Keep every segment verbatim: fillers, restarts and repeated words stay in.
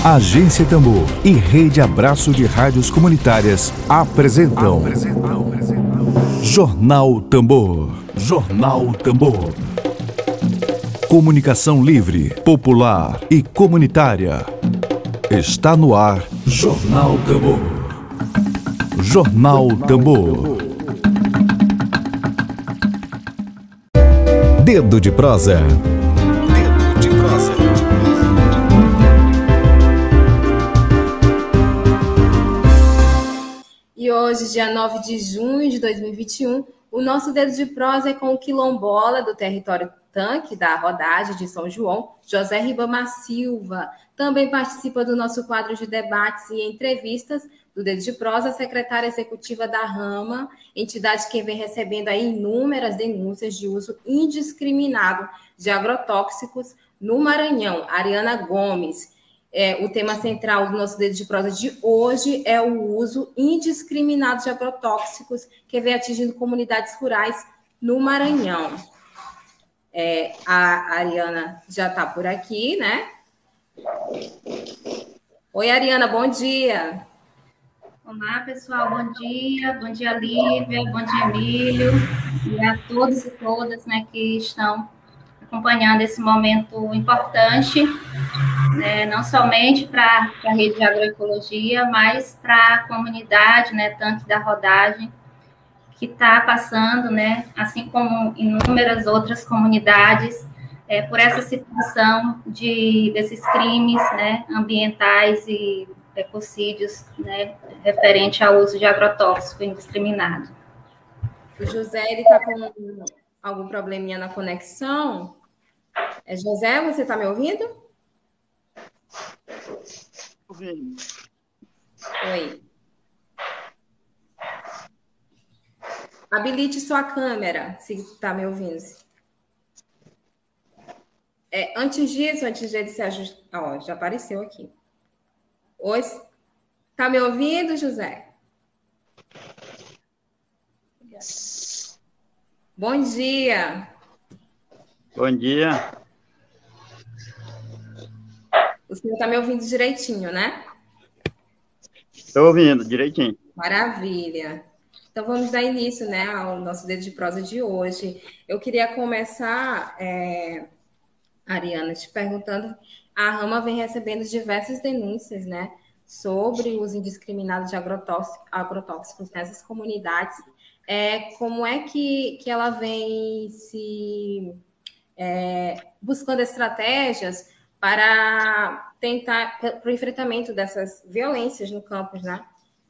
Agência Tambor e Rede Abraço de Rádios Comunitárias apresentam, apresentam, apresentam. Jornal Tambor. Jornal Tambor. Comunicação livre, popular e comunitária. Está no ar Jornal Tambor. Jornal Tambor. Dedo de prosa. Dedo de prosa. E hoje, dia nove de junho de dois mil e vinte e um, o nosso Dedo de Prosa é com o quilombola do território Tanque, da Rodagem de São João, José Ribamar Silva. Também participa do nosso quadro de debates e entrevistas do Dedo de Prosa, a secretária executiva da Rama, entidade que vem recebendo aí inúmeras denúncias de uso indiscriminado de agrotóxicos no Maranhão, Ariana Gomes. É, o tema central do nosso Dedo de Prosa de hoje é o uso indiscriminado de agrotóxicos que vem atingindo comunidades rurais no Maranhão. É, a Ariana já está por aqui, né? Oi, Ariana, bom dia. Olá, pessoal, bom dia. Bom dia, Lívia, bom dia, Emílio, e a todos e todas, né, que estão acompanhando esse momento importante, né, não somente para a rede de agroecologia, mas para a comunidade, né, Tanque da Rodagem, que está passando, né, assim como inúmeras outras comunidades, é, por essa situação de, desses crimes, né, ambientais e ecocídios, né, referente ao uso de agrotóxico indiscriminado. O José, ele está com algum probleminha na conexão? É, José, você está me ouvindo? Ouvindo. Oi. Habilite sua câmera, se está me ouvindo. É, antes disso, antes de ele se ajustar... Ó, já apareceu aqui. Oi, está me ouvindo, José? Bom dia. Bom dia. O senhor está me ouvindo direitinho, né? Estou ouvindo direitinho. Maravilha. Então, vamos dar início, né, ao nosso Dedo de Prosa de hoje. Eu queria começar, é, Ariana, te perguntando, a Rama vem recebendo diversas denúncias, né, sobre o uso indiscriminado de agrotóxicos, agrotóxicos nessas comunidades. É, como é que, que ela vem se é, buscando estratégias para tentar, para o enfrentamento dessas violências no campus, né?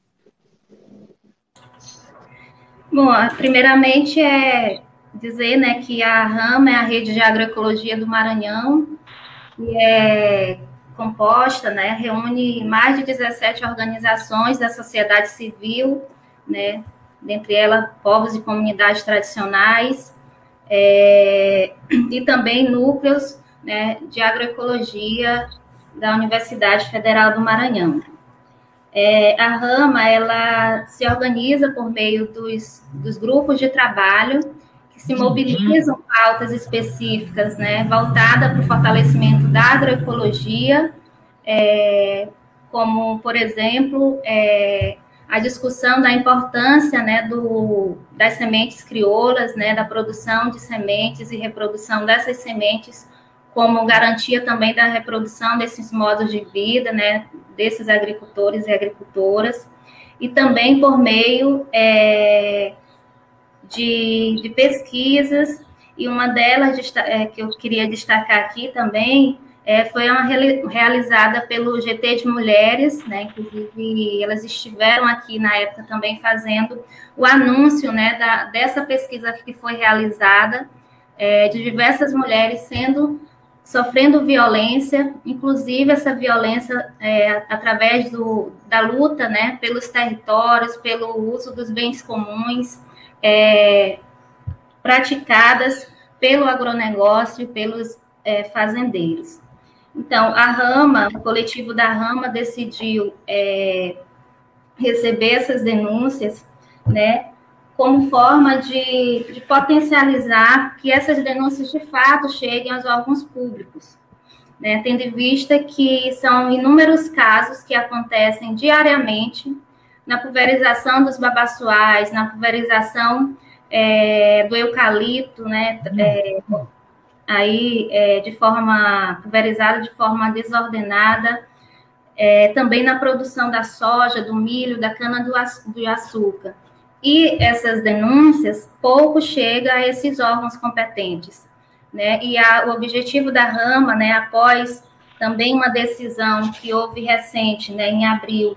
Bom, primeiramente é dizer, né, que a Rama é a rede de agroecologia do Maranhão, que é composta, né, reúne mais de dezessete organizações da sociedade civil, né, dentre elas povos e comunidades tradicionais, é, e também núcleos, né, de agroecologia da Universidade Federal do Maranhão. É, a Rama, ela se organiza por meio dos, dos grupos de trabalho que se mobilizam pautas específicas, né, voltadas para o fortalecimento da agroecologia, é, como, por exemplo, é, a discussão da importância, né, do, das sementes crioulas, né, da produção de sementes e reprodução dessas sementes, como garantia também da reprodução desses modos de vida, né, desses agricultores e agricultoras, e também por meio é, de, de pesquisas, e uma delas é, que eu queria destacar aqui também, é, foi uma realizada pelo G T de Mulheres, né, inclusive elas estiveram aqui na época também fazendo o anúncio, né, da, dessa pesquisa que foi realizada, é, de diversas mulheres sendo sofrendo violência, inclusive essa violência é, através do, da luta, né, pelos territórios, pelo uso dos bens comuns, é, praticadas pelo agronegócio e pelos é, fazendeiros. Então, a Rama, o coletivo da Rama decidiu é, receber essas denúncias, né, como forma de, de potencializar que essas denúncias, de fato, cheguem aos órgãos públicos, né, tendo em vista que são inúmeros casos que acontecem diariamente na pulverização dos babaçoais, na pulverização é, do eucalipto, né, é, aí é, de forma pulverizada, de forma desordenada, é, também na produção da soja, do milho, da cana do, do açúcar. E essas denúncias pouco chega a esses órgãos competentes, né? E a, o objetivo da Rama, né, após também uma decisão que houve recente, né, em abril,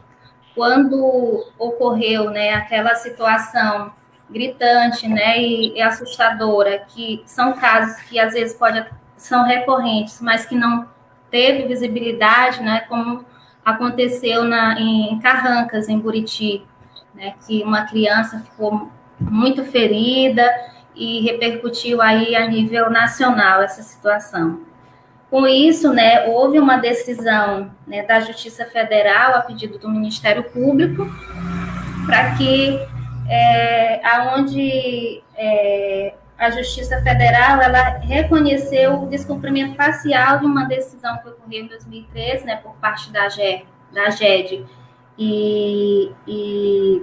quando ocorreu, né, aquela situação gritante, né, e, e assustadora, que são casos que às vezes pode, são recorrentes, mas que não teve visibilidade, né, como aconteceu na, em Carrancas, em Buriti, né, que uma criança ficou muito ferida e repercutiu aí a nível nacional essa situação. Com isso, né, houve uma decisão, né, da Justiça Federal, a pedido do Ministério Público, para que, é, aonde é, a Justiça Federal ela reconheceu o descumprimento parcial de uma decisão que ocorreu em dois mil e treze, né, por parte da, G, da GED, e, e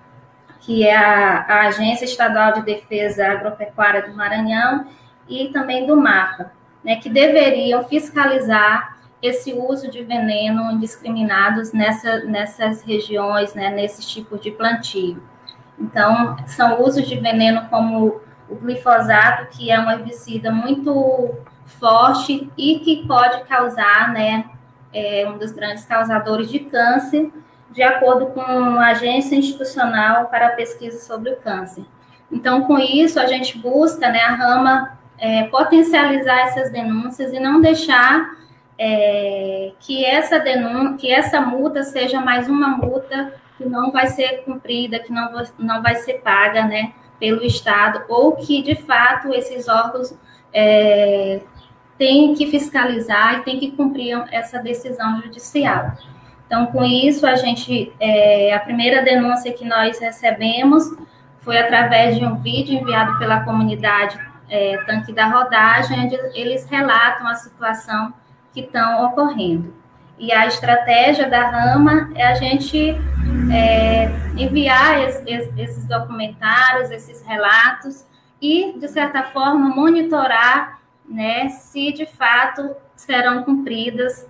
que é a, a Agência Estadual de Defesa Agropecuária do Maranhão e também do MAPA, né, que deveriam fiscalizar esse uso de veneno indiscriminados nessa, nessas regiões, né, nesses tipos de plantio. Então, são usos de veneno como o glifosato, que é um herbicida muito forte e que pode causar, né, é um dos grandes causadores de câncer, de acordo com a Agência Institucional para a Pesquisa sobre o Câncer. Então, com isso, a gente busca, né, a Rama é, potencializar essas denúncias e não deixar é, que, essa denúncia, que essa multa seja mais uma multa que não vai ser cumprida, que não, não vai ser paga, né, pelo Estado, ou que, de fato, esses órgãos é, têm que fiscalizar e têm que cumprir essa decisão judicial. Então, com isso, a gente, é, a primeira denúncia que nós recebemos foi através de um vídeo enviado pela comunidade é, Tanque da Rodagem, onde eles relatam a situação que estão ocorrendo. E a estratégia da Rama é a gente é, enviar es, es, esses documentários, esses relatos e, de certa forma, monitorar, né, se de fato serão cumpridas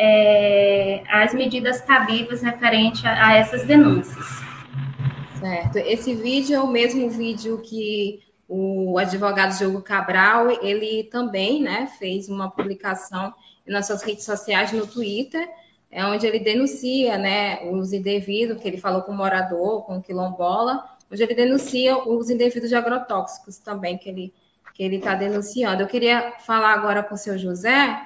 É, as medidas cabíveis referente a, a essas denúncias. Certo. Esse vídeo é o mesmo vídeo que o advogado Diogo Cabral, ele também, né, fez uma publicação nas suas redes sociais, no Twitter, é onde ele denuncia, né, o uso indevido, que ele falou com o morador, com o quilombola, onde ele denuncia o uso indevido de agrotóxicos também, que ele que ele está denunciando. Eu queria falar agora com o seu José.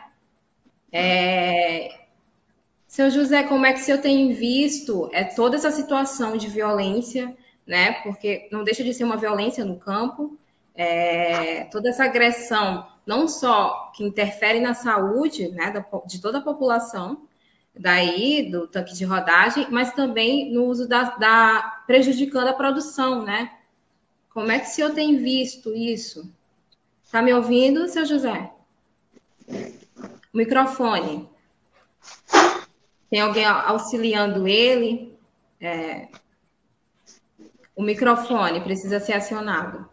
É... Seu José, como é que o senhor tem visto é, toda essa situação de violência, né? Porque não deixa de ser uma violência no campo, é, toda essa agressão, não só que interfere na saúde, né, da, de toda a população, daí do tanque de rodagem, mas também no uso da, da prejudicando a produção, né? Como é que o senhor tem visto isso? Está me ouvindo, seu José? Microfone. Tem alguém auxiliando ele? É... O microfone precisa ser acionado.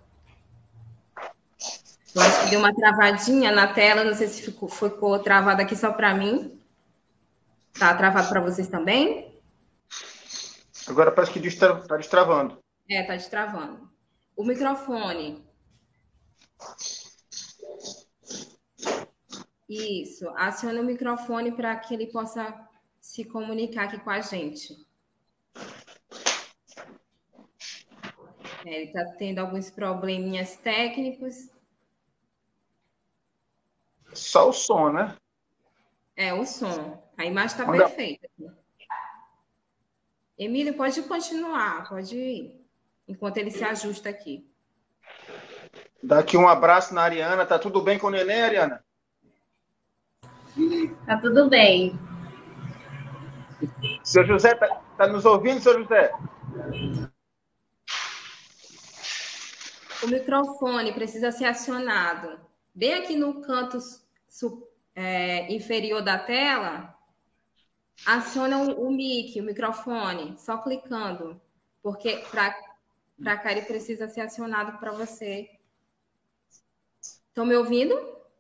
Eu acho que deu uma travadinha na tela, não sei se ficou, ficou travado aqui só para mim. Está travado para vocês também? Agora parece que está destravando. É, está destravando. O microfone. Isso, acione o microfone para que ele possa se comunicar aqui com a gente. É, ele está tendo alguns probleminhas técnicos. Só o som, né? É, o som. A imagem está perfeita. Emílio, pode continuar, pode ir, enquanto ele se ajusta aqui. Dá aqui um abraço na Ariana. Tá tudo bem com o neném, Ariana? Tá tudo bem. Seu José, tá, tá nos ouvindo, seu José? O microfone precisa ser acionado. Bem aqui no canto su, é, inferior da tela, aciona o, o mic, o microfone, só clicando, porque para cá ele precisa ser acionado para você. Estão me ouvindo?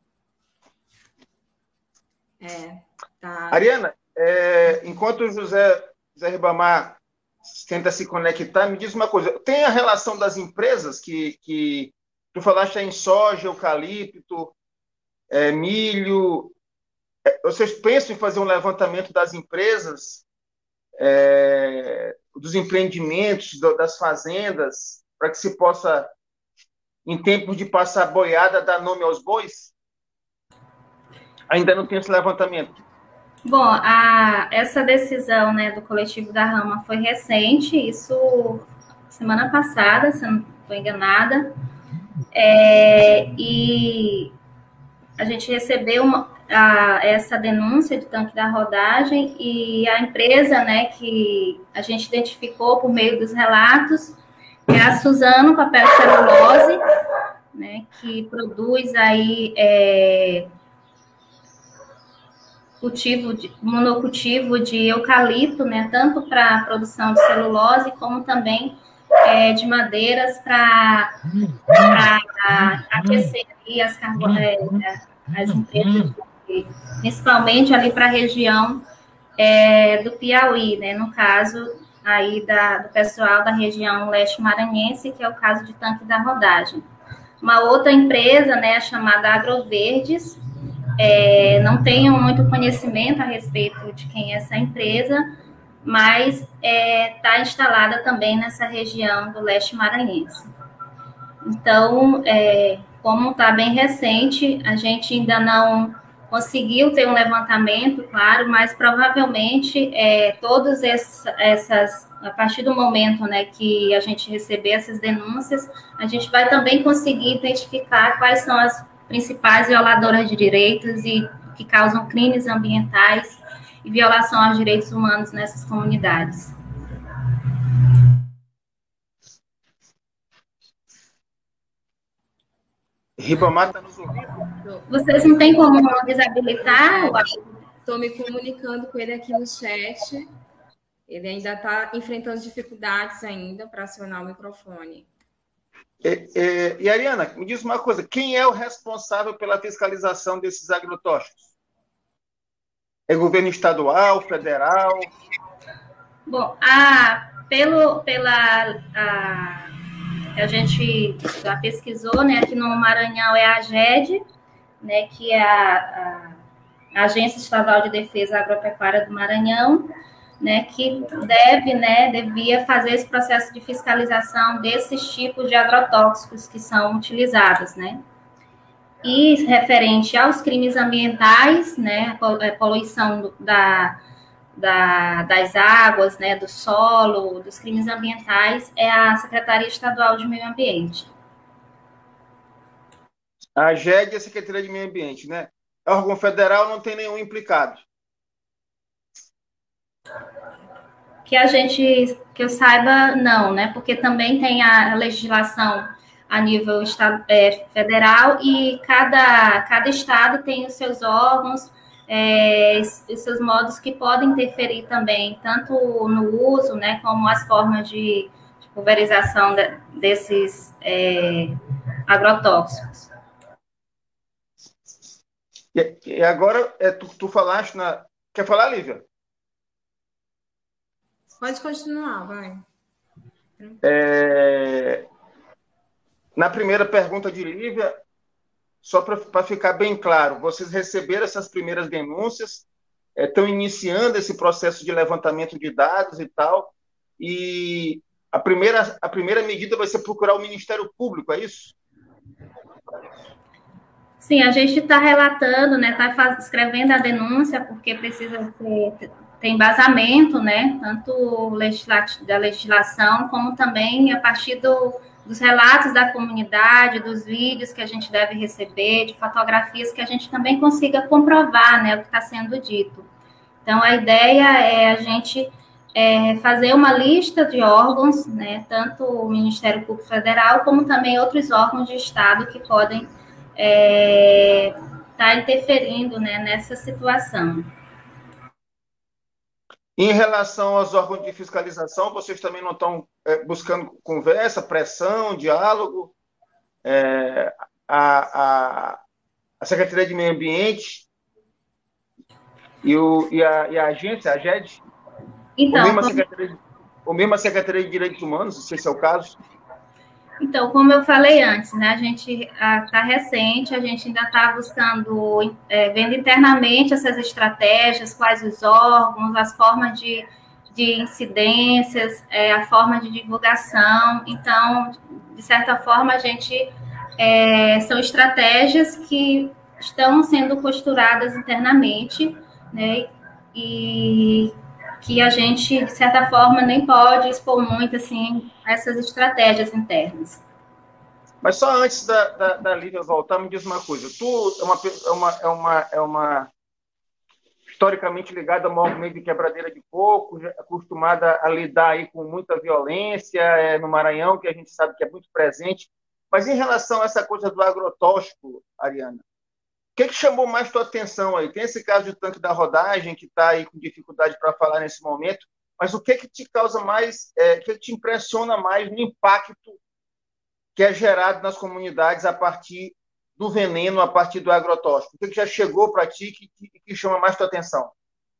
É, tá. Ariana, é, enquanto o José, José Ribamar tenta se conectar, me diz uma coisa, tem a relação das empresas que, que tu falaste em soja, eucalipto, é, milho, é, vocês pensam em fazer um levantamento das empresas, é, dos empreendimentos, do, das fazendas, para que se possa, em tempos de passar boiada, dar nome aos bois? Ainda não tem esse levantamento. Bom, a, essa decisão, né, do coletivo da Rama foi recente, isso semana passada, se eu não estou enganada, é, e a gente recebeu uma, a, essa denúncia de tanque da rodagem e a empresa, né, que a gente identificou por meio dos relatos é a Suzano Papel Celulose, né, que produz aí é, cultivo de, monocultivo de eucalipto, né, tanto para a produção de celulose, como também é, de madeiras para aquecer ali as, é, as empresas, principalmente ali para a região é, do Piauí, né, no caso aí da, do pessoal da região leste maranhense, que é o caso de Tanque da Rodagem. Uma outra empresa, né, chamada Agroverdes, É, não tenho muito conhecimento a respeito de quem é essa empresa, mas está é, instalada também nessa região do leste maranhense. Então, é, como está bem recente, a gente ainda não conseguiu ter um levantamento, claro, mas provavelmente é, todas essas, a partir do momento, né, que a gente receber essas denúncias, a gente vai também conseguir identificar quais são as principais violadoras de direitos e que causam crimes ambientais e violação aos direitos humanos nessas comunidades. Ribamar está nos ouvindo? Vocês não têm como desabilitar? Estou me comunicando com ele aqui no chat. Ele ainda está enfrentando dificuldades ainda para acionar o microfone. E, e, e, Ariana, me diz uma coisa, quem é o responsável pela fiscalização desses agrotóxicos? É governo estadual, federal? Bom, a, pelo, pela... A, a gente já pesquisou, né, aqui no Maranhão é a AGED, né, que é a, a Agência Estadual de Defesa Agropecuária do Maranhão, né, que deve, né, devia fazer esse processo de fiscalização desses tipos de agrotóxicos que são utilizados, né. E referente aos crimes ambientais, né, a poluição da, da, das águas, né, do solo, dos crimes ambientais, é a Secretaria Estadual de Meio Ambiente. A AGED é a Secretaria de Meio Ambiente, né? É órgão federal, não tem nenhum implicado. Que a gente, que eu saiba, não, né? Porque também tem a legislação a nível estado, é, federal e cada, cada estado tem os seus órgãos, é, os seus modos que podem interferir também, tanto no uso, né, como as formas de, de pulverização de, desses é, agrotóxicos. E, e agora, é, tu, tu falaste na... Quer falar, Lívia? Pode continuar, vai. É... Na primeira pergunta de Lívia, só para ficar bem claro, vocês receberam essas primeiras denúncias, estão é, iniciando esse processo de levantamento de dados e tal, e a primeira, a primeira medida vai ser procurar o Ministério Público, é isso? Sim, a gente está relatando, né, está escrevendo a denúncia, porque precisa ser, ter embasamento, né, tanto da legislação, como também a partir do, dos relatos da comunidade, dos vídeos que a gente deve receber, de fotografias que a gente também consiga comprovar, né, o que está sendo dito. Então, a ideia é a gente é, fazer uma lista de órgãos, né, tanto o Ministério Público Federal, como também outros órgãos de Estado que podem estar é, está interferindo, né, nessa situação. Em relação aos órgãos de fiscalização, vocês também não estão é, buscando conversa, pressão, diálogo? É, a, a, a Secretaria de Meio Ambiente e, o, e, a, e a agência, a G E D? Então, ou, mesmo a como... Secretaria, ou mesmo a Secretaria de Direitos Humanos, se esse é o caso? Então, como eu falei antes, né, a gente está recente, a gente ainda está buscando, é, vendo internamente essas estratégias, quais os órgãos, as formas de, de incidências, é, a forma de divulgação. Então, de certa forma, a gente é, são estratégias que estão sendo costuradas internamente, né, e que a gente, de certa forma, nem pode expor muito, assim, essas estratégias internas. Mas só antes da, da, da Lívia voltar, me diz uma coisa. Tu é uma, é uma, é uma, é uma historicamente ligada ao movimento de quebradeira de coco, acostumada a lidar aí com muita violência, é, no Maranhão, que a gente sabe que é muito presente. Mas em relação a essa coisa do agrotóxico, Ariana, o que, que chamou mais tua atenção aí? Tem esse caso de Tanque da Rodagem, que está aí com dificuldade para falar nesse momento, mas o que, que te causa mais, é, o que, que te impressiona mais no impacto que é gerado nas comunidades a partir do veneno, a partir do agrotóxico? O que, que já chegou para ti que, que, que chama mais tua atenção?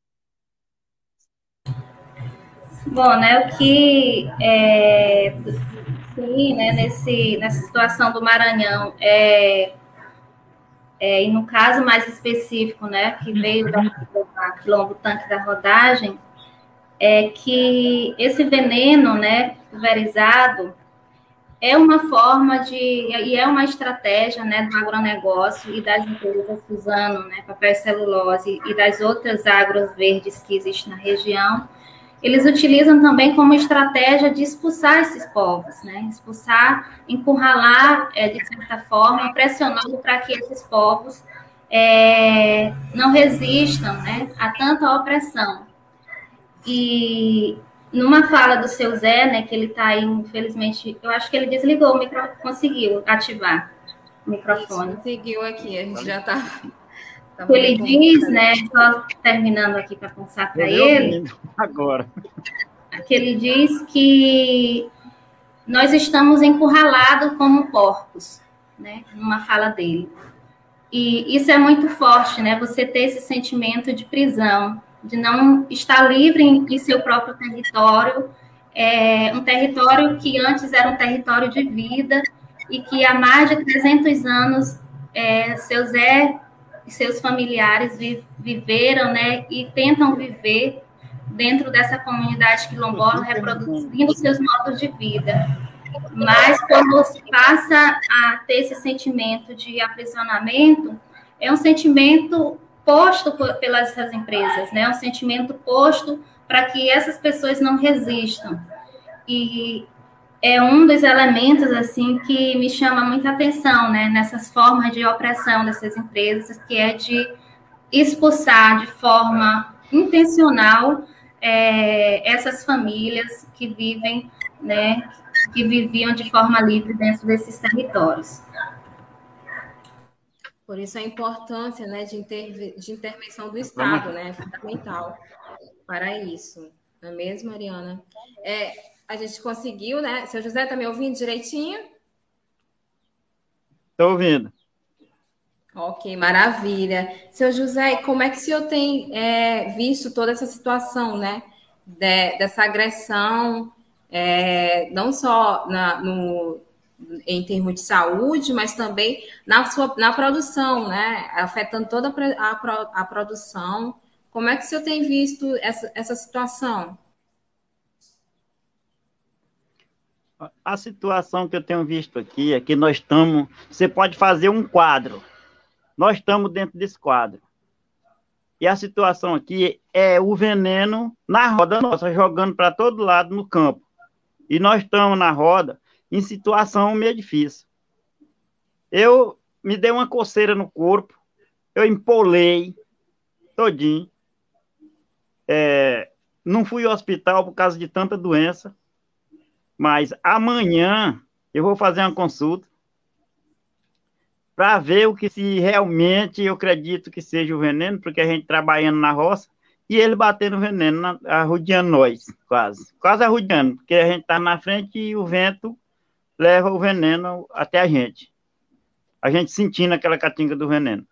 Bom, né, o que, é, sim, né, nesse, nessa situação do Maranhão, é, é, e no caso mais específico, né, que veio da, da Quilombo Tanque da Rodagem, é que esse veneno, né, pulverizado, é uma forma de, e é uma estratégia, né, do agronegócio e das empresas Suzano, né, papel e celulose, e das outras agros verdes que existem na região. Eles utilizam também como estratégia de expulsar esses povos, né? Expulsar, encurralar, é, de certa forma, pressionando para que esses povos é, não resistam, né, a tanta opressão. E numa fala do seu Zé, né, que ele está aí, infelizmente, eu acho que ele desligou o microfone, conseguiu ativar o microfone. Isso, conseguiu aqui, a gente já está... Ele diz, né, só terminando aqui para passar para ele, agora, que ele diz que nós estamos encurralados como porcos, né, numa fala dele. E isso é muito forte, né, você ter esse sentimento de prisão, de não estar livre em seu próprio território, é, um território que antes era um território de vida e que há mais de trezentos anos é, seu Zé e seus familiares vi, viveram, né, e tentam viver dentro dessa comunidade quilombola, reproduzindo seus modos de vida. Mas quando se passa a ter esse sentimento de aprisionamento, é um sentimento posto por, pelas essas empresas, né, um sentimento posto para que essas pessoas não resistam. E é um dos elementos, assim, que me chama muita atenção, né, nessas formas de opressão dessas empresas, que é de expulsar de forma intencional é, essas famílias que vivem, né, que viviam de forma livre dentro desses territórios. Por isso a importância, né, de, interve de intervenção do Estado, né, é fundamental para isso. Não é mesmo, Mariana? É, a gente conseguiu, né? Seu José, está me ouvindo direitinho? Estou ouvindo. Ok, maravilha. Seu José, como é que o senhor tem é, visto toda essa situação, né? De, dessa agressão, é, não só na, no, em termos de saúde, mas também na, sua, na produção, né? Afetando toda a, a, a produção. Como é que o senhor tem visto essa, essa situação? A situação que eu tenho visto aqui é que nós estamos... Você pode fazer um quadro. Nós estamos dentro desse quadro. E a situação aqui é o veneno na roda nossa, jogando para todo lado no campo. E nós estamos na roda em situação meio difícil. Eu me dei uma coceira no corpo, eu empolei todinho. É, não fui ao hospital por causa de tanta doença, mas amanhã eu vou fazer uma consulta para ver o que se realmente eu acredito que seja o veneno, porque a gente trabalhando na roça, e ele batendo veneno, na, arrodeando nós, quase. Quase arrodeando, porque a gente está na frente e o vento leva o veneno até a gente. A gente sentindo aquela catinga do veneno.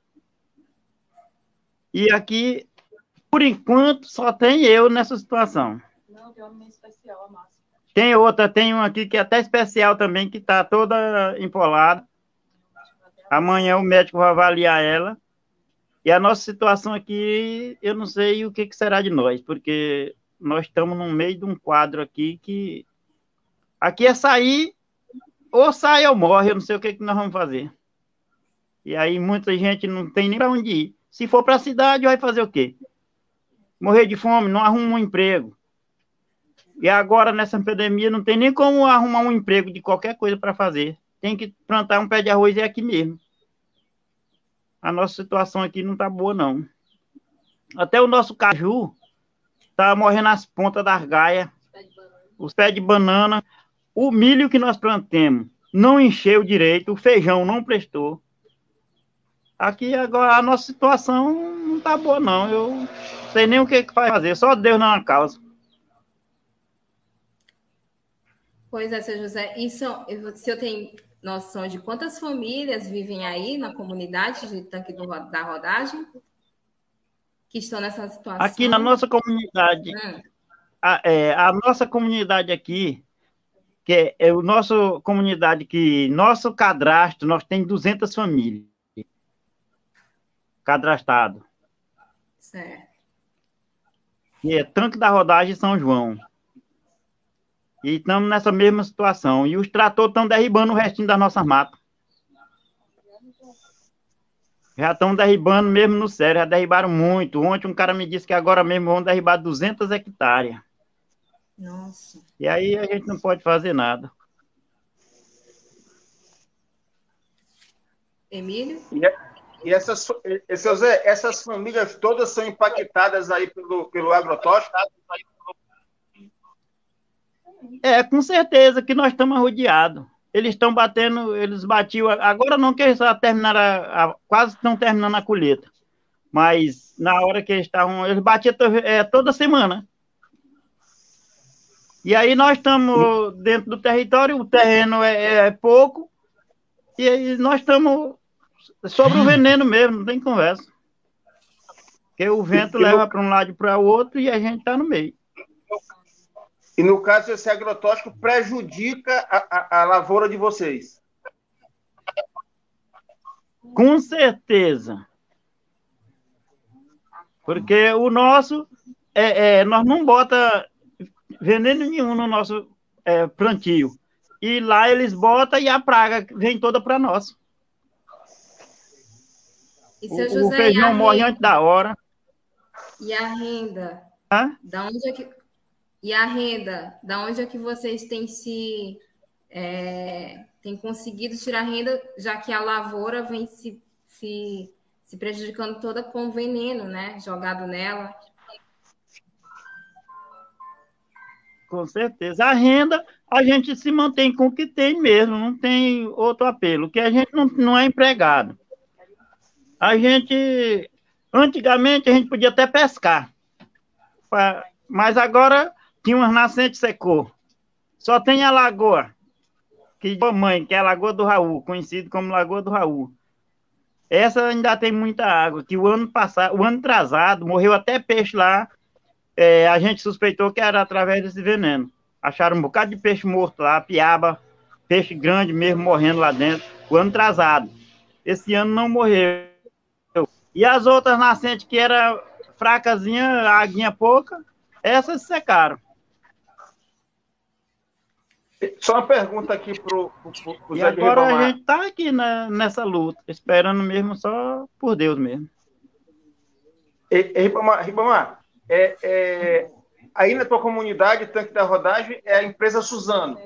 E aqui, por enquanto, só tem eu nessa situação. Não, tem uma especial, a Márcia. Tem outra, tem uma aqui que é até especial também, que está toda empolada. Amanhã o médico vai avaliar ela. E a nossa situação aqui, eu não sei o que, que será de nós, porque nós estamos no meio de um quadro aqui que... Aqui é sair, ou sai ou morre, eu não sei o que, que nós vamos fazer. E aí muita gente não tem nem para onde ir. Se for para a cidade, vai fazer o quê? Morrer de fome, não arruma um emprego. E agora, nessa pandemia, não tem nem como arrumar um emprego de qualquer coisa para fazer. Tem que plantar um pé de arroz e é aqui mesmo. A nossa situação aqui não está boa, não. Até o nosso caju está morrendo as pontas das gaias, os pés de banana. O milho que nós plantemos não encheu direito, o feijão não prestou. Aqui agora a nossa situação não está boa, não. Eu não sei nem o que, que vai fazer, só Deus na causa. Pois é, seu José. E são, se eu tenho noção de quantas famílias vivem aí na comunidade de Tanque do, da Rodagem que estão nessa situação? Aqui na nossa comunidade, hum. a, é, a nossa comunidade aqui, que é, é o nosso comunidade que nosso cadastro, nós temos duzentas famílias cadastrado. Certo. E é Tanque da Rodagem São João. E estamos nessa mesma situação. E os tratores estão derribando o restinho das nossas matas. Já estão derribando mesmo no sério, já derribaram muito. Ontem um cara me disse que agora mesmo vão derribar duzentas hectares. Nossa. E aí a gente não pode fazer nada. Emílio? E essas, Zé, essas famílias todas são impactadas aí pelo, pelo agrotóxico? É, com certeza que nós estamos rodeados. Eles estão batendo, eles batiam, agora não que eles já terminaram, a, a, quase estão terminando a colheita, mas na hora que eles estavam, eles batiam é, toda semana. E aí nós estamos dentro do território, o terreno é, é pouco, e aí nós estamos sobre o veneno mesmo, não tem conversa. Porque o vento e leva no... para um lado e para o outro e a gente está no meio. E no caso, esse agrotóxico prejudica a, a, a lavoura de vocês? Com certeza. Porque o nosso, é, é, nós não bota veneno nenhum no nosso é, plantio. E lá eles botam e a praga vem toda para nós. E seu o, José, o feijão morre antes da hora. E a renda? Hã? Da onde é que... E a renda, da onde é que vocês têm se é, têm conseguido tirar renda, já que a lavoura vem se, se, se prejudicando toda com veneno, né? Jogado nela. Com certeza. A renda, a gente se mantém com o que tem mesmo, não tem outro apelo, que a gente não, não é empregado. A gente, antigamente, a gente podia até pescar, mas agora... Tinha umas nascentes secou. Só tem a lagoa, que a mãe, que é a Lagoa do Raul, conhecido como Lagoa do Raul. Essa ainda tem muita água, que o ano passado, o ano atrasado, morreu até peixe lá. É, a gente suspeitou que era através desse veneno. Acharam um bocado de peixe morto lá, piaba, peixe grande mesmo morrendo lá dentro. O ano atrasado. Esse ano não morreu. E as outras nascentes que era fracazinha, a aguinha pouca, essas secaram. Só uma pergunta aqui para o Zé. E agora a gente está aqui na, nessa luta, esperando mesmo só por Deus mesmo. E, e, Ribamar, Ribamar é, é, aí na tua comunidade, Tanque da Rodagem, é a empresa Suzano.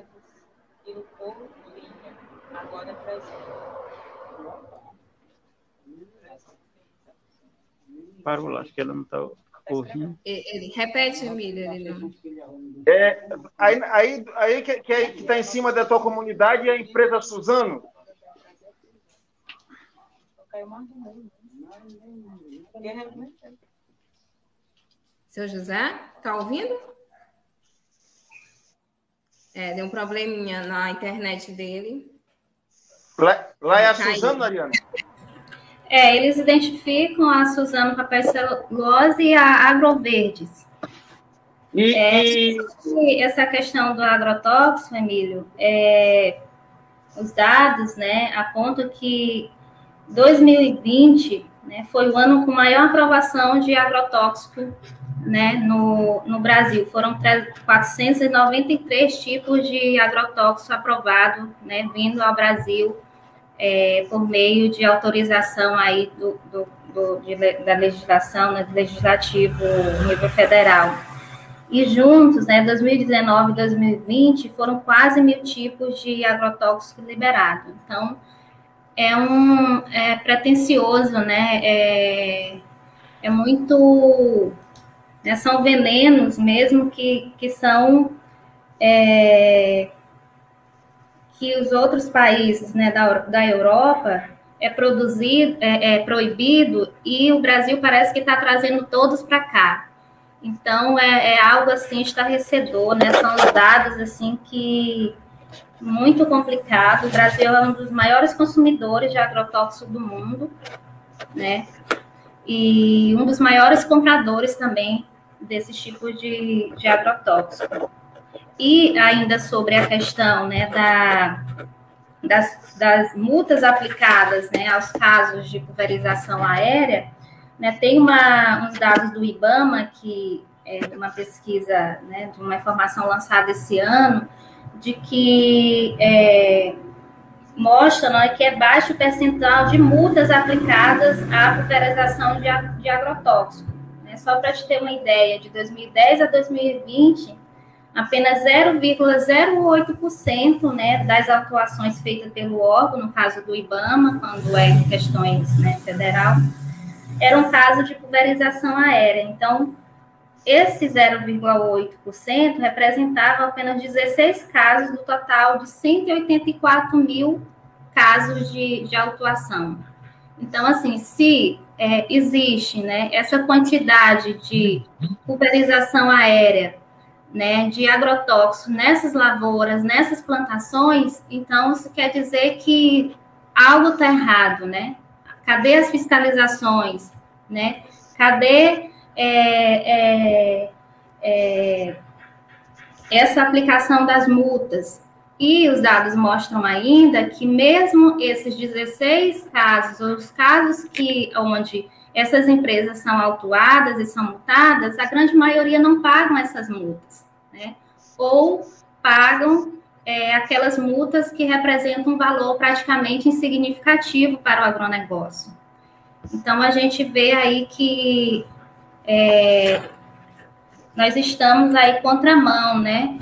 Parou lá, acho que ela não está ouvindo. Ele, repete, Emílio. Ele não... É, aí aí, aí que está em cima da tua comunidade é a empresa Suzano? Caiu mais de meio. Seu José, tá ouvindo? É, deu um probleminha na internet dele. Lá, lá é a Caiu. Suzano, Mariana? É, eles identificam a Suzano Papel Celulose e a Agroverdes. E, É, e... e essa questão do agrotóxico, Emílio, é, os dados, né, apontam que dois mil e vinte, né, foi o ano com maior aprovação de agrotóxico, né, no, no Brasil. Foram quatrocentos e noventa e três tipos de agrotóxico aprovados, né, vindo ao Brasil é, por meio de autorização aí do, do, do, de, da legislação, né, do legislativo nível federal. E juntos, né, dois mil e dezenove e dois mil e vinte, foram quase mil tipos de agrotóxico liberados. Então, é um é pretensioso, né, é, é muito... Né, são venenos mesmo que, que são... É, que os outros países, né, da, da Europa é produzido, é, é proibido, e o Brasil parece que está trazendo todos para cá. Então, é, é algo, assim, estarrecedor, né? São os dados, assim, que... muito complicado. O Brasil é um dos maiores consumidores de agrotóxico do mundo, né? E um dos maiores compradores também desses tipos de, de agrotóxico. E ainda sobre a questão, né, da, das, das multas aplicadas, né, aos casos de pulverização aérea, né, tem uma, uns dados do IBAMA, que é uma pesquisa, né, de uma informação lançada esse ano, de que é, mostra, né, que é baixo o percentual de multas aplicadas à pulverização de, de agrotóxico. Né? Só para te ter uma ideia, de dois mil e dez a dois mil e vinte, apenas zero vírgula zero oito por cento, né, das autuações feitas pelo órgão, no caso do IBAMA, quando é em questões, né, federal, era um caso de pulverização aérea. Então, esse zero vírgula oito por cento representava apenas dezesseis casos do total de cento e oitenta e quatro mil casos de, de autuação. Então, assim, se é, existe, né, essa quantidade de pulverização aérea, né, de agrotóxico nessas lavouras, nessas plantações, então isso quer dizer que algo está errado, né? Cadê as fiscalizações, né? Cadê é, é, é, essa aplicação das multas? E os dados mostram ainda que mesmo esses dezesseis casos, ou os casos que, onde essas empresas são autuadas e são multadas, a grande maioria não pagam essas multas, né? Ou pagam é, aquelas multas que representam um valor praticamente insignificativo para o agronegócio. Então, a gente vê aí que é, nós estamos aí contramão, né?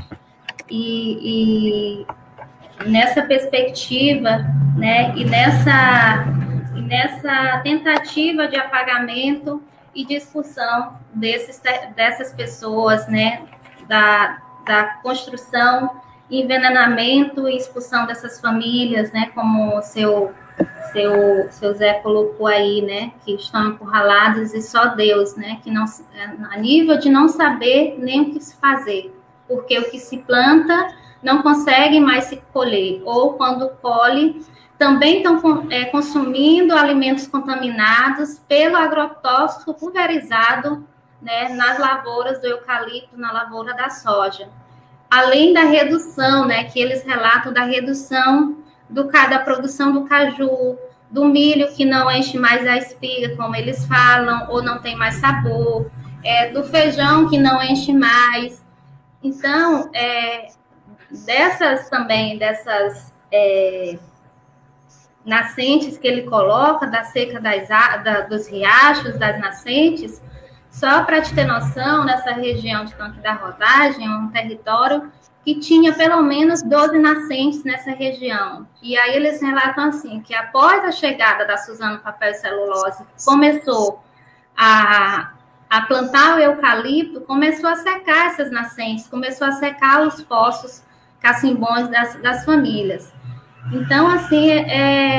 E, e nessa perspectiva, né? E nessa... nessa tentativa de apagamento e de expulsão desses, dessas pessoas, né, da, da construção, envenenamento e expulsão dessas famílias, né, como o seu, seu, seu Zé colocou aí, né, que estão encurralados e só Deus, né, que não, a nível de não saber nem o que se fazer, porque o que se planta não consegue mais se colher, ou quando colhe, também estão é, consumindo alimentos contaminados pelo agrotóxico pulverizado, né, nas lavouras do eucalipto, na lavoura da soja. Além da redução, né, que eles relatam da redução do, da produção do caju, do milho que não enche mais a espiga, como eles falam, ou não tem mais sabor, é, do feijão que não enche mais. Então, é, dessas também, dessas... É, nascentes que ele coloca, da seca das, da, dos riachos, das nascentes, só para te ter noção, nessa região de Tanque da Rodagem, um território que tinha pelo menos doze nascentes nessa região. E aí eles relatam assim, que após a chegada da Suzano Papel e Celulose, começou a, a plantar o eucalipto, começou a secar essas nascentes, começou a secar os poços cacimbões das, das famílias. Então, assim, é,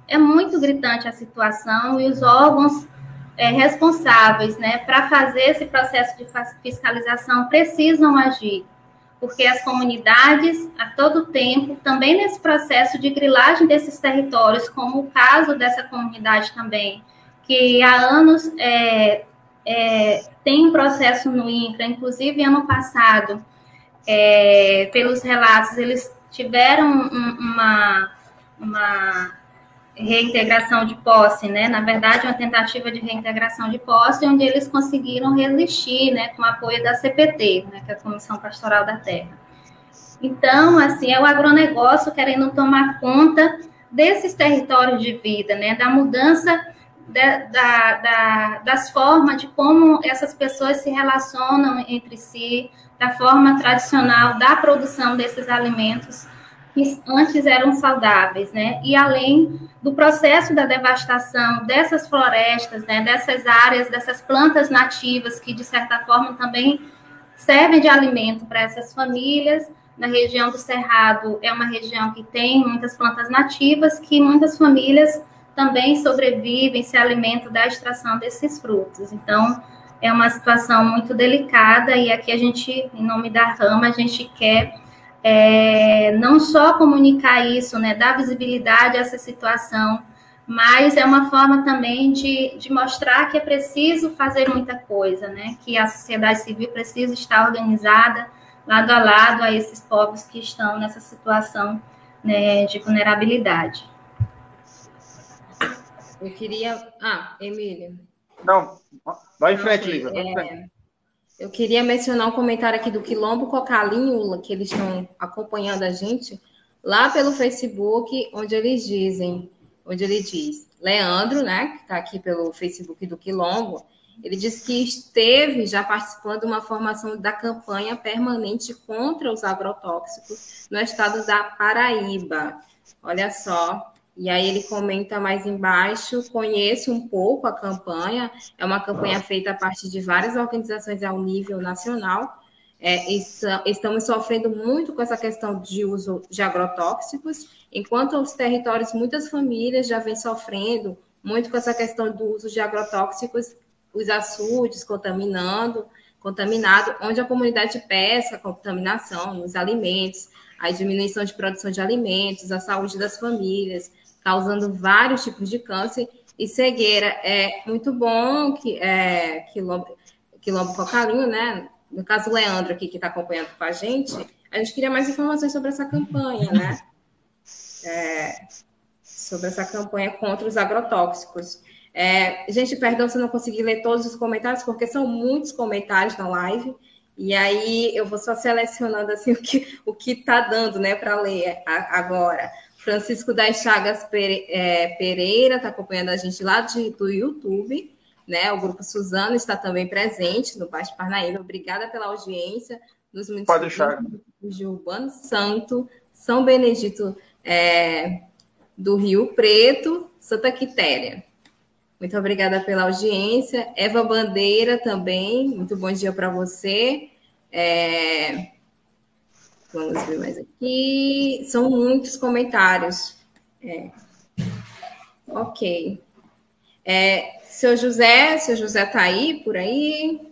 é muito gritante a situação e os órgãos é, responsáveis, né, para fazer esse processo de fiscalização precisam agir, porque as comunidades, a todo tempo, também nesse processo de grilagem desses territórios, como o caso dessa comunidade também, que há anos é, é, tem um processo no INCRA, inclusive ano passado, é, pelos relatos, eles tiveram um, uma, uma reintegração de posse, né? Na verdade, uma tentativa de reintegração de posse, onde eles conseguiram resistir, né, com o apoio da C P T, né, que é a Comissão Pastoral da Terra. Então, assim, é o agronegócio querendo tomar conta desses territórios de vida, né, da mudança da, da, da, das formas de como essas pessoas se relacionam entre si, da forma tradicional da produção desses alimentos que antes eram saudáveis, né? E além do processo da devastação dessas florestas, né? Dessas áreas, dessas plantas nativas que, de certa forma, também servem de alimento para essas famílias. Na região do Cerrado, é uma região que tem muitas plantas nativas, que muitas famílias também sobrevivem, se alimentam da extração desses frutos. Então, é uma situação muito delicada, e aqui a gente, em nome da Rama, a gente quer é, não só comunicar isso, né, dar visibilidade a essa situação, mas é uma forma também de, de mostrar que é preciso fazer muita coisa, né, que a sociedade civil precisa estar organizada lado a lado a esses povos que estão nessa situação, né, de vulnerabilidade. Eu queria... Ah, Emília. Não, vai em frente, Lívia. É, eu queria mencionar um comentário aqui do Quilombo Cocalinho, que eles estão acompanhando a gente, lá pelo Facebook, onde eles dizem, onde ele diz, Leandro, né, que está aqui pelo Facebook do Quilombo, ele diz que esteve já participando de uma formação da campanha permanente contra os agrotóxicos no estado da Paraíba. Olha só. E aí ele comenta mais embaixo, conheço um pouco a campanha, é uma campanha feita a partir de várias organizações ao nível nacional. É, estamos sofrendo muito com essa questão de uso de agrotóxicos, enquanto os territórios, muitas famílias já vêm sofrendo muito com essa questão do uso de agrotóxicos, os açudes contaminando, contaminado, onde a comunidade pesca, a contaminação nos alimentos, a diminuição de produção de alimentos, a saúde das famílias, causando vários tipos de câncer e cegueira. É muito bom que é, Quilombo, Quilombo Cocalinho, né? No caso, o Leandro aqui, que está acompanhando com a gente, a gente queria mais informações sobre essa campanha, né? É, sobre essa campanha contra os agrotóxicos. É, gente, perdão se eu não consegui ler todos os comentários, porque são muitos comentários na live, e aí eu vou só selecionando assim, o que o que está dando, né, para ler agora. Francisco das Chagas Pereira está acompanhando a gente lá de, do YouTube, né? O Grupo Suzano está também presente no Baixo Parnaíba. Obrigada pela audiência nos municípios de Urbano Santo, São Benedito é, do Rio Preto, Santa Quitéria. Muito obrigada pela audiência. Eva Bandeira também, muito bom dia para você. É... Vamos ver mais aqui. São muitos comentários. É... Ok. É... Seu José, seu José está aí, por aí?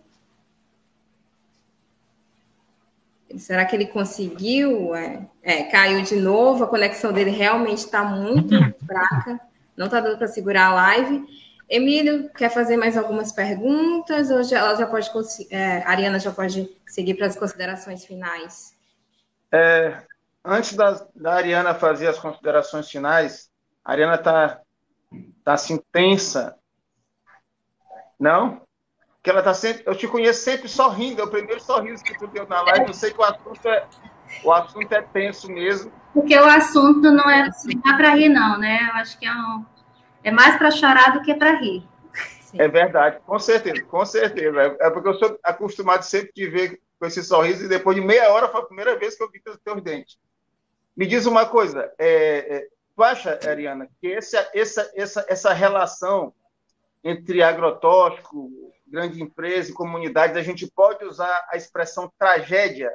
Será que ele conseguiu? É... É, caiu de novo, a conexão dele realmente está muito fraca. Não está dando para segurar a live. Emílio, quer fazer mais algumas perguntas? Ou já, ela já pode, é, a Ariana já pode seguir para as considerações finais? É, antes da, da Ariana fazer as considerações finais, a Ariana está tá, assim, tensa. Não? Porque ela está sempre... Eu te conheço sempre sorrindo, é o primeiro sorriso que tu deu na live. Eu sei que o assunto é, o assunto é tenso mesmo. Porque o assunto não é, não é para rir, não, né? Eu acho que é um... É mais para chorar do que para rir. Sim. É verdade, com certeza, com certeza. É porque eu sou acostumado sempre de ver com esse sorriso e depois de meia hora foi a primeira vez que eu vi os teus dentes. Me diz uma coisa, é, é, tu acha, Ariana, que esse, essa, essa, essa relação entre agrotóxico, grande empresa e comunidade, a gente pode usar a expressão tragédia?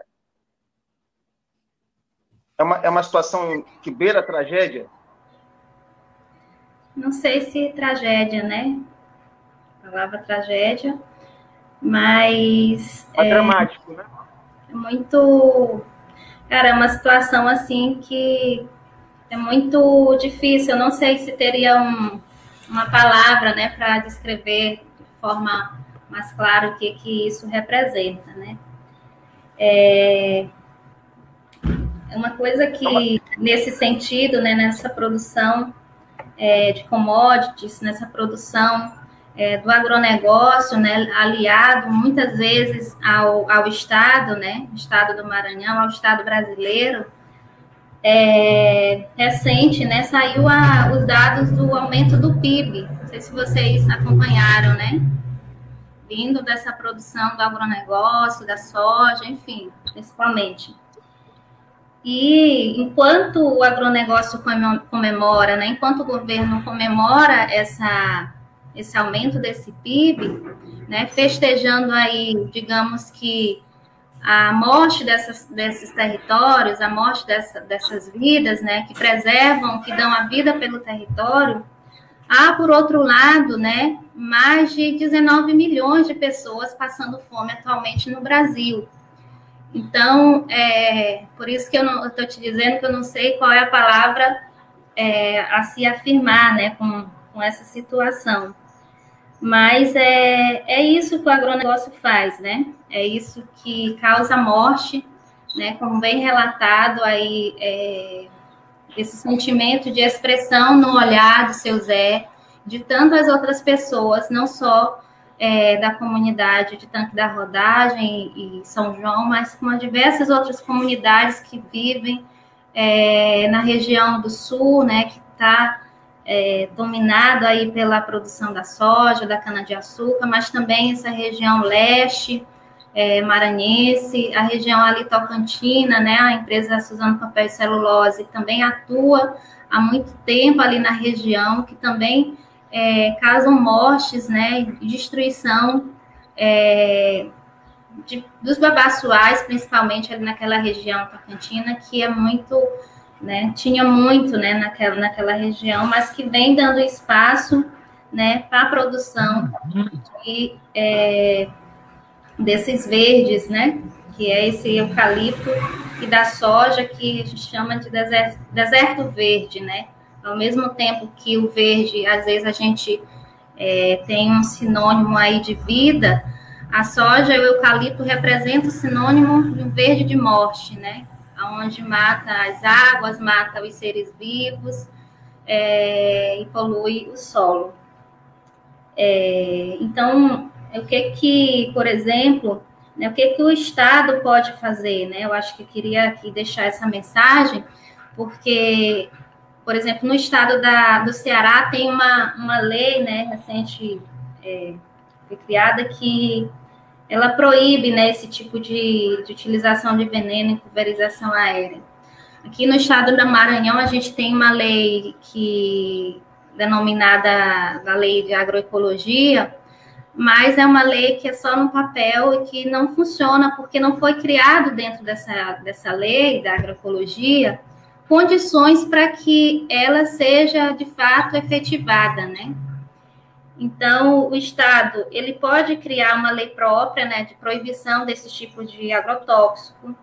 É uma, é uma situação que beira a tragédia? não sei se tragédia, né? A palavra tragédia, mas... É, é dramático, né? É muito... Cara, é uma situação, assim, que é muito difícil. Eu não sei se teria um, uma palavra, né, para descrever de forma mais clara o que, que isso representa, né? É... é uma coisa que, nesse sentido, né, nessa produção é, de commodities, nessa produção é, do agronegócio, né, aliado muitas vezes ao, ao Estado, né, Estado do Maranhão, ao Estado brasileiro, é, recente, né, saiu a, os dados do aumento do P I B, não sei se vocês acompanharam, né, vindo dessa produção do agronegócio, da soja, enfim, principalmente. E enquanto o agronegócio comemora, né, enquanto o governo comemora essa, esse aumento desse P I B, né, festejando aí, digamos que a morte dessas, desses territórios, a morte dessa, dessas vidas, né, que preservam, que dão a vida pelo território, há, por outro lado, né, mais de dezenove milhões de pessoas passando fome atualmente no Brasil. Então, é por isso que eu estou te dizendo que eu não sei qual é a palavra é, a se afirmar, né, com, com essa situação. Mas é, é isso que o agronegócio faz, né? É isso que causa morte, né? Como bem relatado aí, é, esse sentimento de expressão no olhar do seu Zé, de tantas outras pessoas, não só é, da comunidade de Tanque da Rodagem e São João, mas com diversas outras comunidades que vivem é, na região do sul, né? Que está É, dominado aí pela produção da soja, da cana-de-açúcar, mas também essa região leste, é, maranhense, a região ali tocantina, né, a empresa Suzano Papel e Celulose também atua há muito tempo ali na região, que também é, causam mortes, né, destruição é, de, dos babaçoais, principalmente ali naquela região tocantina, que é muito... Né, tinha muito, né, naquela, naquela região, mas que vem dando espaço, né, para a produção de, é, desses verdes, né, que é esse eucalipto e da soja que a gente chama de deserto, deserto verde, né, ao mesmo tempo que o verde, às vezes a gente é, tem um sinônimo aí de vida, a soja e o eucalipto representam o sinônimo de um verde de morte, né, onde mata as águas, mata os seres vivos é, e polui o solo. É, então, o que que, por exemplo, né, o que que o Estado pode fazer? Né? Eu acho que eu queria aqui deixar essa mensagem, porque, por exemplo, no estado da, do Ceará tem uma, uma lei, né, recente, é, foi criada, que ela proíbe, né, esse tipo de, de utilização de veneno e pulverização aérea. Aqui no estado do Maranhão, a gente tem uma lei que denominada a Lei de Agroecologia, mas é uma lei que é só no papel e que não funciona, porque não foi criado dentro dessa, dessa lei da agroecologia condições para que ela seja, de fato, efetivada, né? Então, o Estado, ele pode criar uma lei própria, né, de proibição desse tipo de agrotóxico.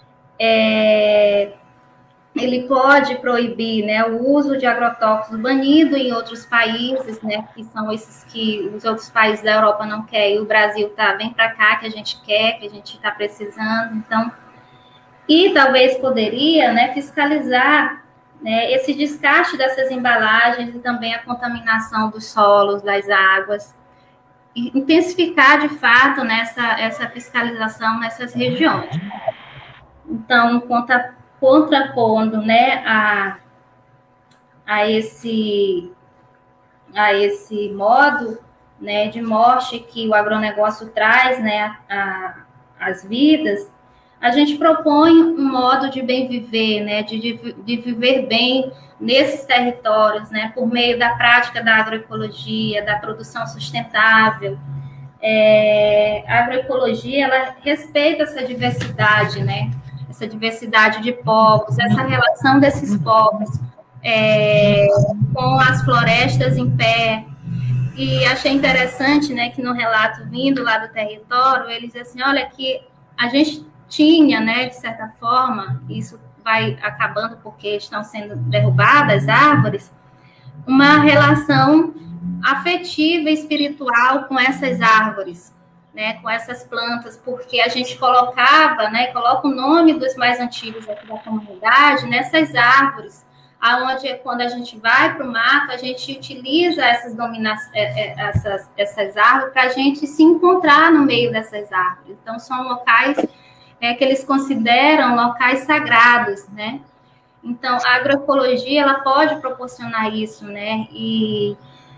É, ele pode proibir, né, o uso de agrotóxicos banido em outros países, né, que são esses que os outros países da Europa não querem, e o Brasil tá bem para cá, que a gente quer, que a gente está precisando. Então, e talvez poderia, né, fiscalizar, né, esse descarte dessas embalagens e também a contaminação dos solos, das águas, e intensificar, de fato, nessa, essa fiscalização nessas regiões. Então, conta, contrapondo, né, a, a, esse, a esse modo, né, de morte que o agronegócio traz, né, a, as vidas, a gente propõe um modo de bem viver, né, de, de, de viver bem nesses territórios, né, por meio da prática da agroecologia, da produção sustentável. É, a agroecologia, ela respeita essa diversidade, né, essa diversidade de povos, essa relação desses povos é, com as florestas em pé. E achei interessante, né, que no relato vindo lá do território, eles dizem assim, olha, que a gente tinha, né, de certa forma, isso vai acabando porque estão sendo derrubadas árvores, uma relação afetiva e espiritual com essas árvores, né, com essas plantas, porque a gente colocava, né, coloca o nome dos mais antigos aqui da comunidade nessas árvores, aonde quando a gente vai para o mato, a gente utiliza essas, domina essas, essas árvores para a gente se encontrar no meio dessas árvores. Então, são locais é, que eles consideram locais sagrados, né? Então, a agroecologia, ela pode proporcionar isso, né? E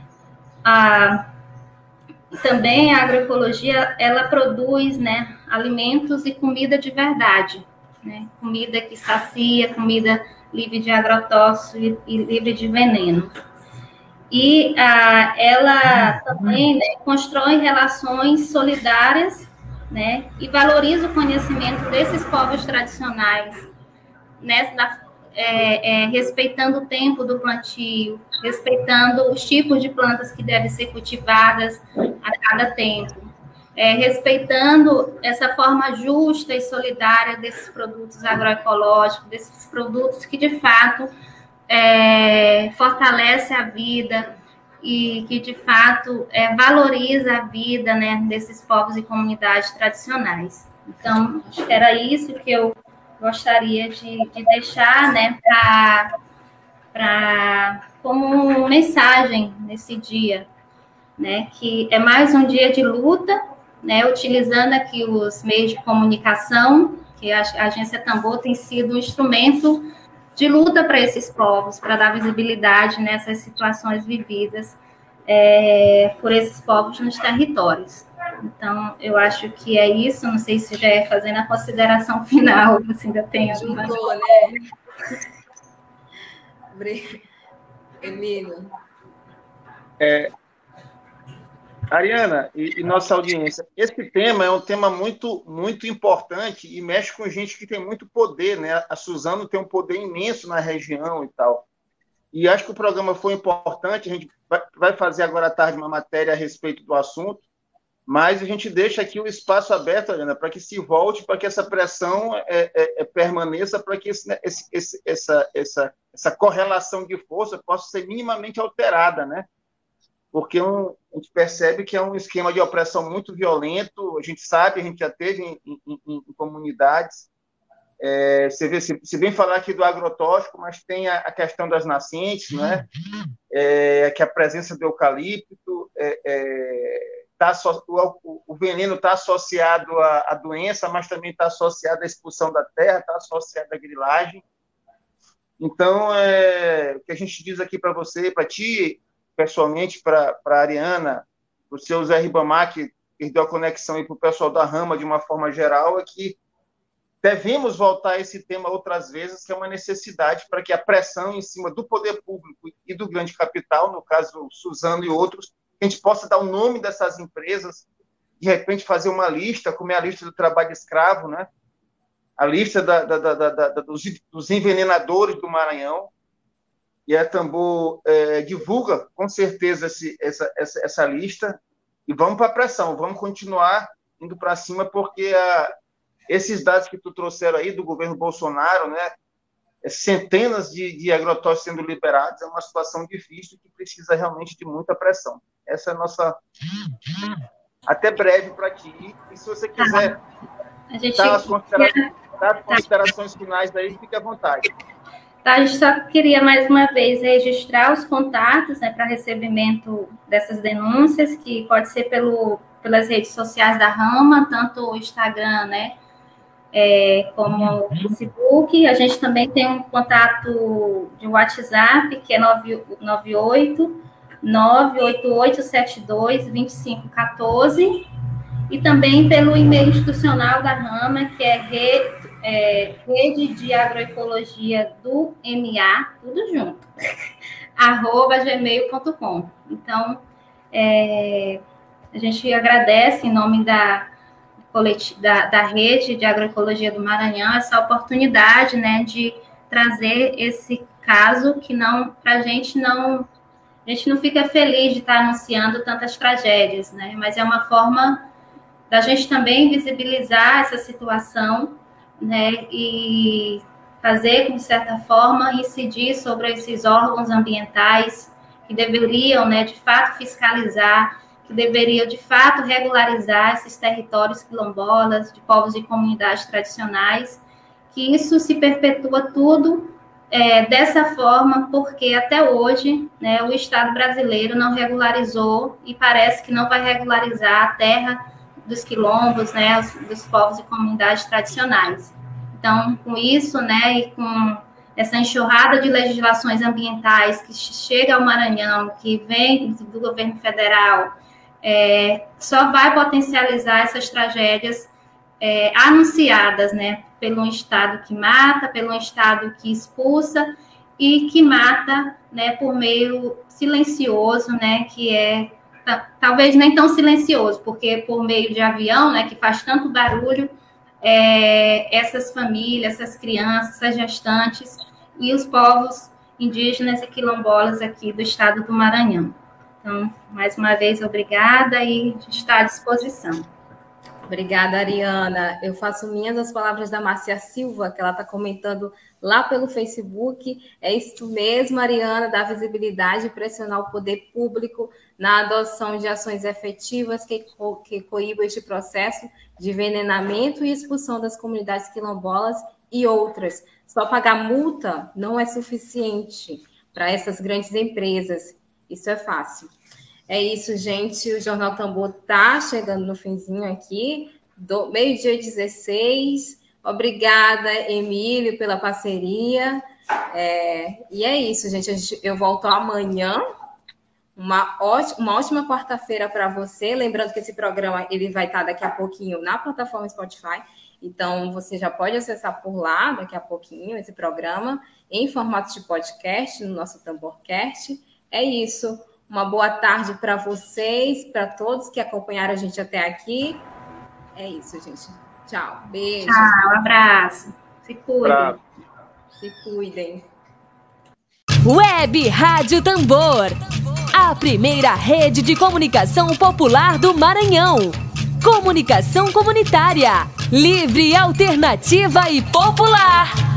a, também a agroecologia, ela produz, né, alimentos e comida de verdade, né? Comida que sacia, comida livre de agrotóxico e livre de veneno. E ah, ela também, né, constrói relações solidárias, né, e valoriza o conhecimento desses povos tradicionais, né, na, é, é, respeitando o tempo do plantio, respeitando os tipos de plantas que devem ser cultivadas a cada tempo. É, respeitando essa forma justa e solidária desses produtos agroecológicos, desses produtos que, de fato, é, fortalece a vida e que, de fato, é, valoriza a vida, né, desses povos e comunidades tradicionais. Então, acho que era isso que eu gostaria de, de deixar, né, pra, pra, como mensagem nesse dia, né, que é mais um dia de luta, né, utilizando aqui os meios de comunicação, que a Agência Tambor tem sido um instrumento de luta para esses povos, para dar visibilidade nessas situações vividas é, por esses povos nos territórios. Então, eu acho que é isso, não sei se já é fazendo a consideração final, você ainda tem alguma coisa. Né? Emílio. É, Ariana e, e nossa audiência, esse tema é um tema muito, muito importante e mexe com gente que tem muito poder, né? A Suzano tem um poder imenso na região e tal. E acho que o programa foi importante, a gente vai fazer agora à tarde uma matéria a respeito do assunto, mas a gente deixa aqui o espaço aberto, Ariana, para que se volte, para que essa pressão é, é, é, permaneça, para que esse, esse, essa, essa, essa correlação de força possa ser minimamente alterada, né? Porque um, a gente percebe que é um esquema de opressão muito violento, a gente sabe, a gente já teve em, em, em, em comunidades, é, você, vê, você, você vem falar aqui do agrotóxico, mas tem a, a questão das nascentes, né? É, que a presença do eucalipto, é, é, tá, o, o veneno está associado à, à doença, mas também está associado à expulsão da terra, está associado à grilagem. Então, é, o que a gente diz aqui para você, para ti, pessoalmente, para a Ariana, para o seu Zé Ribamar, que perdeu a conexão, e para o pessoal da Rama, de uma forma geral, é que devemos voltar a esse tema outras vezes, que é uma necessidade para que a pressão em cima do poder público e do grande capital, no caso Suzano e outros, que a gente possa dar o nome dessas empresas, de repente fazer uma lista, como é a lista do trabalho escravo, né? A lista da, da, da, da, da, dos, dos envenenadores do Maranhão, e a Tambor é, divulga, com certeza, esse, essa, essa, essa lista, e vamos para a pressão, vamos continuar indo para cima, porque a, esses dados que tu trouxeram aí do governo Bolsonaro, né, centenas de, de agrotóxicos sendo liberados, é uma situação difícil que precisa realmente de muita pressão. Essa é a nossa... Até breve para ti, e se você quiser a gente... dar, as considerações, dar as considerações finais aí, fique à vontade. Tá, a gente só queria mais uma vez registrar os contatos, né, para recebimento dessas denúncias, que pode ser pelo, pelas redes sociais da Rama, tanto o Instagram, né, é, como o Facebook. A gente também tem um contato de WhatsApp, que é nove oito nove oito oito sete dois dois cinco um quatro, e também pelo e-mail institucional da Rama, que é rede, é, rede de agroecologia do M A, tudo junto, arroba gmail ponto com. Então, é, a gente agradece em nome da, da, da rede de agroecologia do Maranhão essa oportunidade, né, de trazer esse caso que não, para a gente não, a gente não fica feliz de estar anunciando tantas tragédias, né? Mas é uma forma da gente também visibilizar essa situação, né? E fazer, de certa forma, incidir sobre esses órgãos ambientais que deveriam, né, de fato, fiscalizar, que deveriam, de fato, regularizar esses territórios quilombolas, de povos e comunidades tradicionais, que isso se perpetua tudo é, dessa forma, porque até hoje, né, o Estado brasileiro não regularizou e parece que não vai regularizar a terra dos quilombos, né, os, dos povos e comunidades tradicionais. Então, com isso, né, e com essa enxurrada de legislações ambientais que chega ao Maranhão, que vem do governo federal, é, só vai potencializar essas tragédias é, anunciadas, né, pelo Estado que mata, pelo Estado que expulsa e que mata, né, por meio silencioso, né, que é, talvez nem tão silencioso, porque por meio de avião, né, que faz tanto barulho, É, essas famílias, essas crianças, essas gestantes e os povos indígenas e quilombolas aqui do estado do Maranhão. Então, mais uma vez, obrigada e está à disposição. Obrigada, Ariana. Eu faço minhas as palavras da Márcia Silva, que ela está comentando lá pelo Facebook. É isso mesmo, Ariana, dar visibilidade e pressionar o poder público na adoção de ações efetivas que, co que coíbam este processo de envenenamento e expulsão das comunidades quilombolas e outras. Só pagar multa não é suficiente para essas grandes empresas. Isso é fácil. É isso, gente. O Jornal Tambor está chegando no finzinho aqui, do meio-dia dezesseis. Obrigada, Emílio, pela parceria. É, e é isso, gente. Eu volto amanhã. Uma ótima, uma ótima quarta-feira para você. Lembrando que esse programa ele vai estar daqui a pouquinho na plataforma Spotify. Então, você já pode acessar por lá daqui a pouquinho esse programa em formato de podcast no nosso Tamborcast. É isso. Uma boa tarde para vocês, para todos que acompanharam a gente até aqui. É isso, gente. Tchau. Beijo. Tchau, um abraço. Se cuidem. Pra... Se cuidem. Web Rádio Tambor. A primeira rede de comunicação popular do Maranhão. Comunicação comunitária. Livre, alternativa e popular.